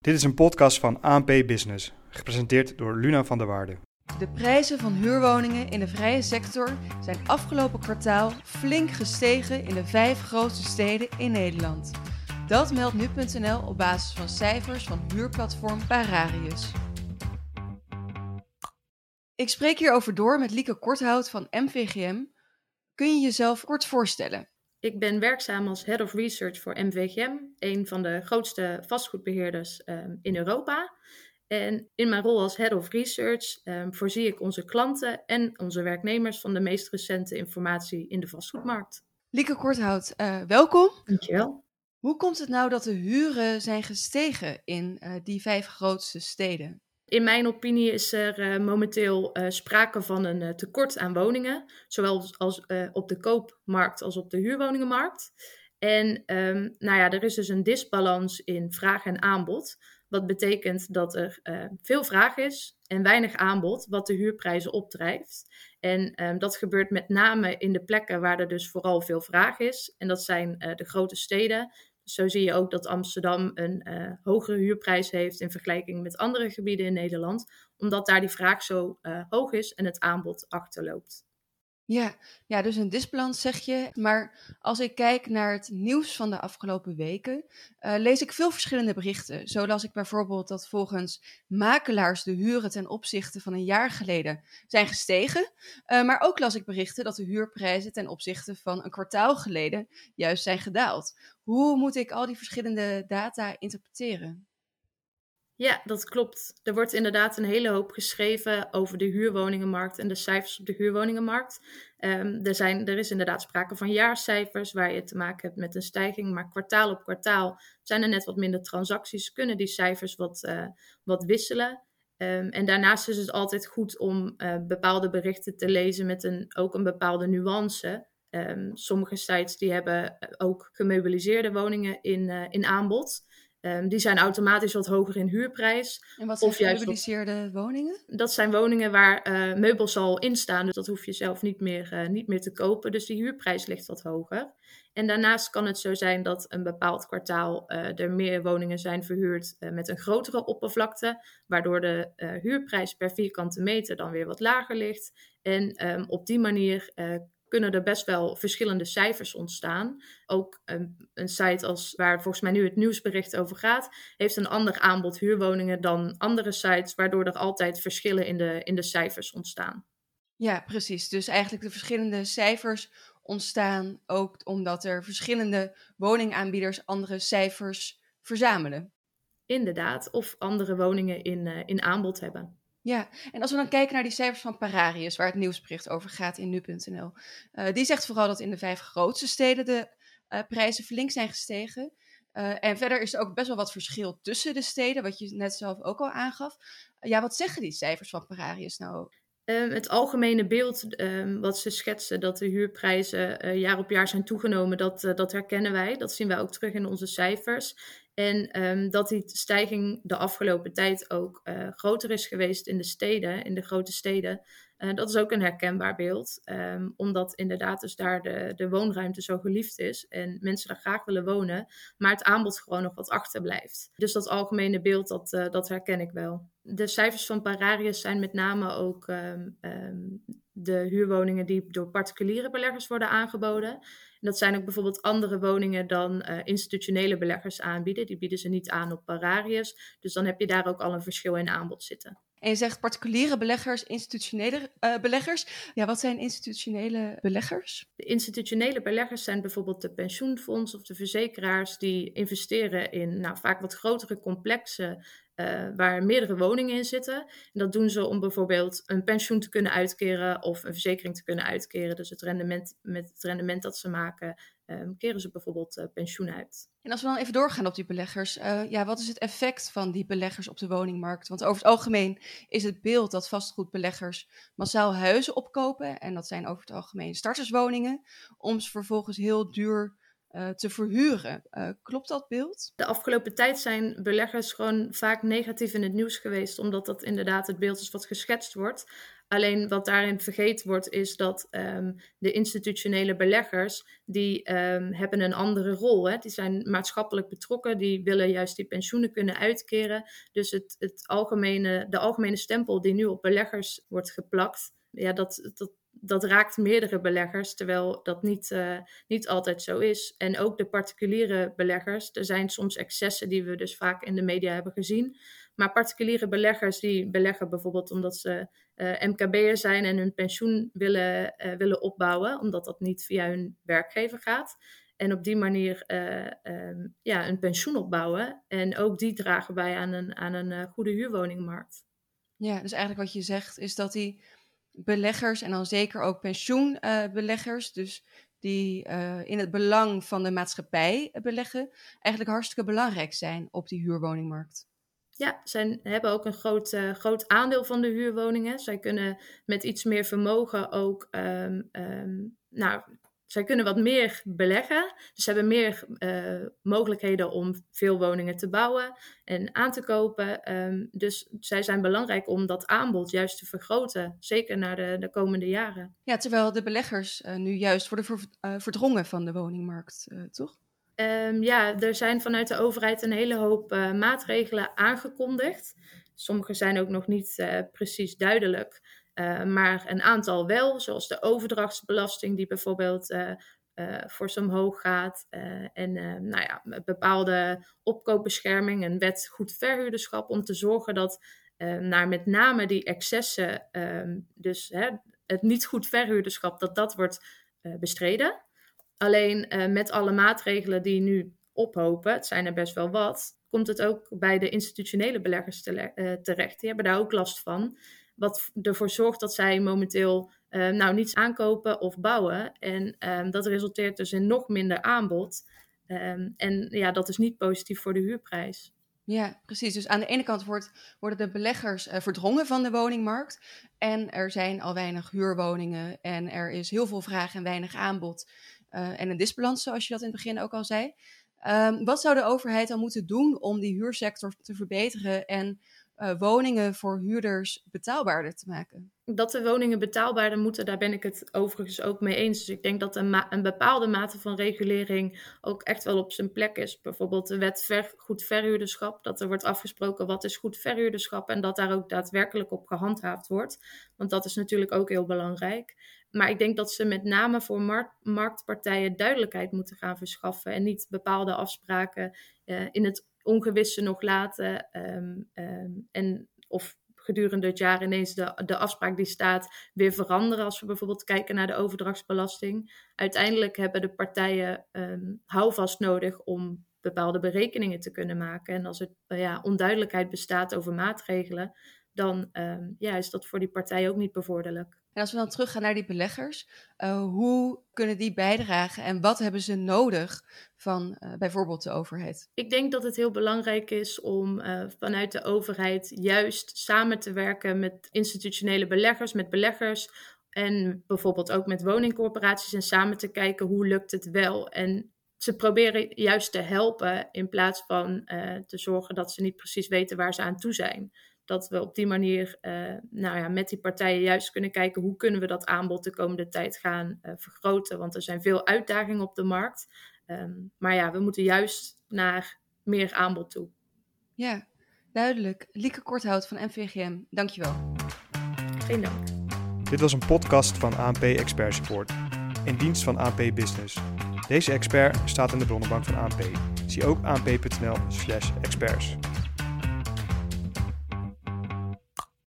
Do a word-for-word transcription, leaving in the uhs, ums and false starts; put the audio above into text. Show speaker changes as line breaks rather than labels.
Dit is een podcast van A N P Business, gepresenteerd door Luna van der Waarde.
De prijzen van huurwoningen in de vrije sector zijn afgelopen kwartaal flink gestegen in de vijf grootste steden in Nederland. Dat meldt nu punt n l op basis van cijfers van huurplatform Pararius. Ik spreek hierover door met Lieke Korthout van M V G M. Kun je jezelf kort voorstellen?
Ik ben werkzaam als Head of Research voor M V G M, een van de grootste vastgoedbeheerders um, in Europa. En in mijn rol als Head of Research um, voorzie ik onze klanten en onze werknemers van de meest recente informatie in de vastgoedmarkt.
Lieke Korthout, uh, welkom.
Dankjewel.
Hoe komt het nou dat de huren zijn gestegen in uh, die vijf grootste steden?
In mijn opinie is er uh, momenteel uh, sprake van een uh, tekort aan woningen, zowel als, als uh, op de koopmarkt als op de huurwoningenmarkt. En um, nou ja, er is dus een disbalans in vraag en aanbod, wat betekent dat er uh, veel vraag is en weinig aanbod, wat de huurprijzen opdrijft. En um, dat gebeurt met name in de plekken waar er dus vooral veel vraag is, en dat zijn uh, de grote steden. Zo zie je ook dat Amsterdam een uh, hogere huurprijs heeft in vergelijking met andere gebieden in Nederland, omdat daar die vraag zo uh, hoog is en het aanbod achterloopt.
Ja, ja, dus een disbalans zeg je. Maar als ik kijk naar het nieuws van de afgelopen weken, uh, lees ik veel verschillende berichten. Zo las ik bijvoorbeeld dat volgens makelaars de huren ten opzichte van een jaar geleden zijn gestegen. Uh, maar ook las ik berichten dat de huurprijzen ten opzichte van een kwartaal geleden juist zijn gedaald. Hoe moet ik al die verschillende data interpreteren?
Ja, dat klopt. Er wordt inderdaad een hele hoop geschreven over de huurwoningenmarkt en de cijfers op de huurwoningenmarkt. Um, er, zijn, er is inderdaad sprake van jaarcijfers waar je te maken hebt met een stijging, maar kwartaal op kwartaal zijn er net wat minder transacties, kunnen die cijfers wat, uh, wat wisselen. Um, en daarnaast is het altijd goed om uh, bepaalde berichten te lezen met een, ook een bepaalde nuance. Um, sommige sites die hebben ook gemobiliseerde woningen in, uh, in aanbod. Um, die zijn automatisch wat hoger in huurprijs.
En wat zijn
of juist
gemobiliseerde
op...
woningen?
Dat zijn woningen waar uh, meubels al in staan, dus dat hoef je zelf niet meer, uh, niet meer te kopen. Dus die huurprijs ligt wat hoger. En daarnaast kan het zo zijn dat een bepaald kwartaal uh, er meer woningen zijn verhuurd uh, met een grotere oppervlakte, waardoor de uh, huurprijs per vierkante meter dan weer wat lager ligt. En um, op die manier uh, kunnen er best wel verschillende cijfers ontstaan. Ook een, een site als waar volgens mij nu het nieuwsbericht over gaat, heeft een ander aanbod huurwoningen dan andere sites, waardoor er altijd verschillen in de, in de cijfers ontstaan.
Ja, precies. Dus eigenlijk de verschillende cijfers ontstaan ook omdat er verschillende woningaanbieders andere cijfers verzamelen.
Inderdaad, of andere woningen in, uh, in aanbod hebben.
Ja, en als we dan kijken naar die cijfers van Pararius, waar het nieuwsbericht over gaat in nu punt n l. Uh, die zegt vooral dat in de vijf grootste steden de uh, prijzen flink zijn gestegen. Uh, en verder is er ook best wel wat verschil tussen de steden, wat je net zelf ook al aangaf. Uh, ja, wat zeggen die cijfers van Pararius nou?
Um, het algemene beeld um, wat ze schetsen, dat de huurprijzen uh, jaar op jaar zijn toegenomen, dat, uh, dat herkennen wij. Dat zien wij ook terug in onze cijfers. En um, dat die stijging de afgelopen tijd ook uh, groter is geweest in de steden, in de grote steden. Uh, dat is ook een herkenbaar beeld, um, omdat inderdaad dus daar de, de woonruimte zo geliefd is en mensen daar graag willen wonen, maar het aanbod gewoon nog wat achterblijft. Dus dat algemene beeld, dat, uh, dat herken ik wel. De cijfers van Pararius zijn met name ook um, um, de huurwoningen die door particuliere beleggers worden aangeboden. En dat zijn ook bijvoorbeeld andere woningen dan uh, institutionele beleggers aanbieden. Die bieden ze niet aan op Pararius. Dus dan heb je daar ook al een verschil in aanbod zitten.
En je zegt particuliere beleggers, institutionele uh, beleggers. Ja, wat zijn institutionele beleggers?
De institutionele beleggers zijn bijvoorbeeld de pensioenfondsen of de verzekeraars die investeren in nou, vaak wat grotere complexen uh, waar meerdere woningen in zitten. En dat doen ze om bijvoorbeeld een pensioen te kunnen uitkeren of een verzekering te kunnen uitkeren. Dus het rendement, met het rendement dat ze maken, um, keren ze bijvoorbeeld uh, pensioen uit.
En als we dan even doorgaan op die beleggers, uh, ja, wat is het effect van die beleggers op de woningmarkt? Want over het algemeen is het beeld dat vastgoedbeleggers massaal huizen opkopen, en dat zijn over het algemeen starterswoningen, om ze vervolgens heel duur uh, te verhuren. Uh, klopt dat beeld?
De afgelopen tijd zijn beleggers gewoon vaak negatief in het nieuws geweest, omdat dat inderdaad het beeld is wat geschetst wordt. Alleen wat daarin vergeten wordt is dat um, de institutionele beleggers, die um, hebben een andere rol. Hè? Die zijn maatschappelijk betrokken, die willen juist die pensioenen kunnen uitkeren. Dus het, het algemene, de algemene stempel die nu op beleggers wordt geplakt, ja, dat, dat, dat raakt meerdere beleggers, terwijl dat niet, uh, niet altijd zo is. En ook de particuliere beleggers, er zijn soms excessen die we dus vaak in de media hebben gezien. Maar particuliere beleggers die beleggen bijvoorbeeld omdat ze uh, M K B'er zijn en hun pensioen willen, uh, willen opbouwen, omdat dat niet via hun werkgever gaat. En op die manier uh, um, ja, een pensioen opbouwen. En ook die dragen bij aan een, aan een uh, goede huurwoningmarkt.
Ja, dus eigenlijk wat je zegt is dat die beleggers en dan zeker ook pensioenbeleggers, uh, dus die uh, in het belang van de maatschappij beleggen, eigenlijk hartstikke belangrijk zijn op die huurwoningmarkt.
Ja, zij hebben ook een groot, uh, groot aandeel van de huurwoningen. Zij kunnen met iets meer vermogen ook, um, um, nou, zij kunnen wat meer beleggen. Dus ze hebben meer uh, mogelijkheden om veel woningen te bouwen en aan te kopen. Um, dus zij zijn belangrijk om dat aanbod juist te vergroten, zeker naar de, de komende jaren.
Ja, terwijl de beleggers uh, nu juist worden ver, uh, verdrongen van de woningmarkt, uh, toch?
Um, ja, er zijn vanuit de overheid een hele hoop uh, maatregelen aangekondigd. Sommige zijn ook nog niet uh, precies duidelijk, uh, maar een aantal wel, zoals de overdrachtsbelasting die bijvoorbeeld uh, uh, fors omhoog gaat. Uh, en uh, nou ja, bepaalde opkoopbescherming, een wet goed verhuurderschap om te zorgen dat uh, naar met name die excessen, uh, dus hè, het niet goed verhuurderschap, dat dat wordt uh, bestreden. Alleen uh, met alle maatregelen die nu ophopen, het zijn er best wel wat, komt het ook bij de institutionele beleggers tele- uh, terecht. Die hebben daar ook last van. Wat ervoor zorgt dat zij momenteel uh, nou niets aankopen of bouwen. En um, dat resulteert dus in nog minder aanbod. Um, en ja, dat is niet positief voor de huurprijs.
Ja, precies. Dus aan de ene kant wordt, worden de beleggers uh, verdrongen van de woningmarkt. En er zijn al weinig huurwoningen. En er is heel veel vraag en weinig aanbod. Uh, en een disbalans, zoals je dat in het begin ook al zei. Um, wat zou de overheid dan moeten doen om die huursector te verbeteren en uh, woningen voor huurders betaalbaarder te maken?
Dat de woningen betaalbaarder moeten, daar ben ik het overigens ook mee eens. Dus ik denk dat een, ma- een bepaalde mate van regulering ook echt wel op zijn plek is. Bijvoorbeeld de wet ver- goed verhuurderschap, dat er wordt afgesproken wat is goed verhuurderschap en dat daar ook daadwerkelijk op gehandhaafd wordt. Want dat is natuurlijk ook heel belangrijk. Maar ik denk dat ze met name voor markt, marktpartijen duidelijkheid moeten gaan verschaffen en niet bepaalde afspraken uh, in het ongewisse nog laten um, um, en of gedurende het jaar ineens de, de afspraak die staat weer veranderen. Als we bijvoorbeeld kijken naar de overdrachtsbelasting. Uiteindelijk hebben de partijen um, houvast nodig om bepaalde berekeningen te kunnen maken. En als er uh, ja, onduidelijkheid bestaat over maatregelen, dan um, ja, is dat voor die partijen ook niet bevorderlijk.
En als we dan teruggaan naar die beleggers, uh, hoe kunnen die bijdragen en wat hebben ze nodig van uh, bijvoorbeeld de overheid?
Ik denk dat het heel belangrijk is om uh, vanuit de overheid juist samen te werken met institutionele beleggers, met beleggers en bijvoorbeeld ook met woningcorporaties en samen te kijken hoe lukt het wel. En ze proberen juist te helpen in plaats van uh, te zorgen dat ze niet precies weten waar ze aan toe zijn. Dat we op die manier uh, nou ja, met die partijen juist kunnen kijken hoe kunnen we dat aanbod de komende tijd gaan uh, vergroten. Want er zijn veel uitdagingen op de markt. Um, maar ja, we moeten juist naar meer aanbod toe.
Ja, duidelijk. Lieke Korthout van M V G M, dankjewel.
Geen dank.
Dit was een podcast van A N P Expert Support, in dienst van A N P Business. Deze expert staat in de bronnenbank van A N P. Zie ook anp punt n l slash experts.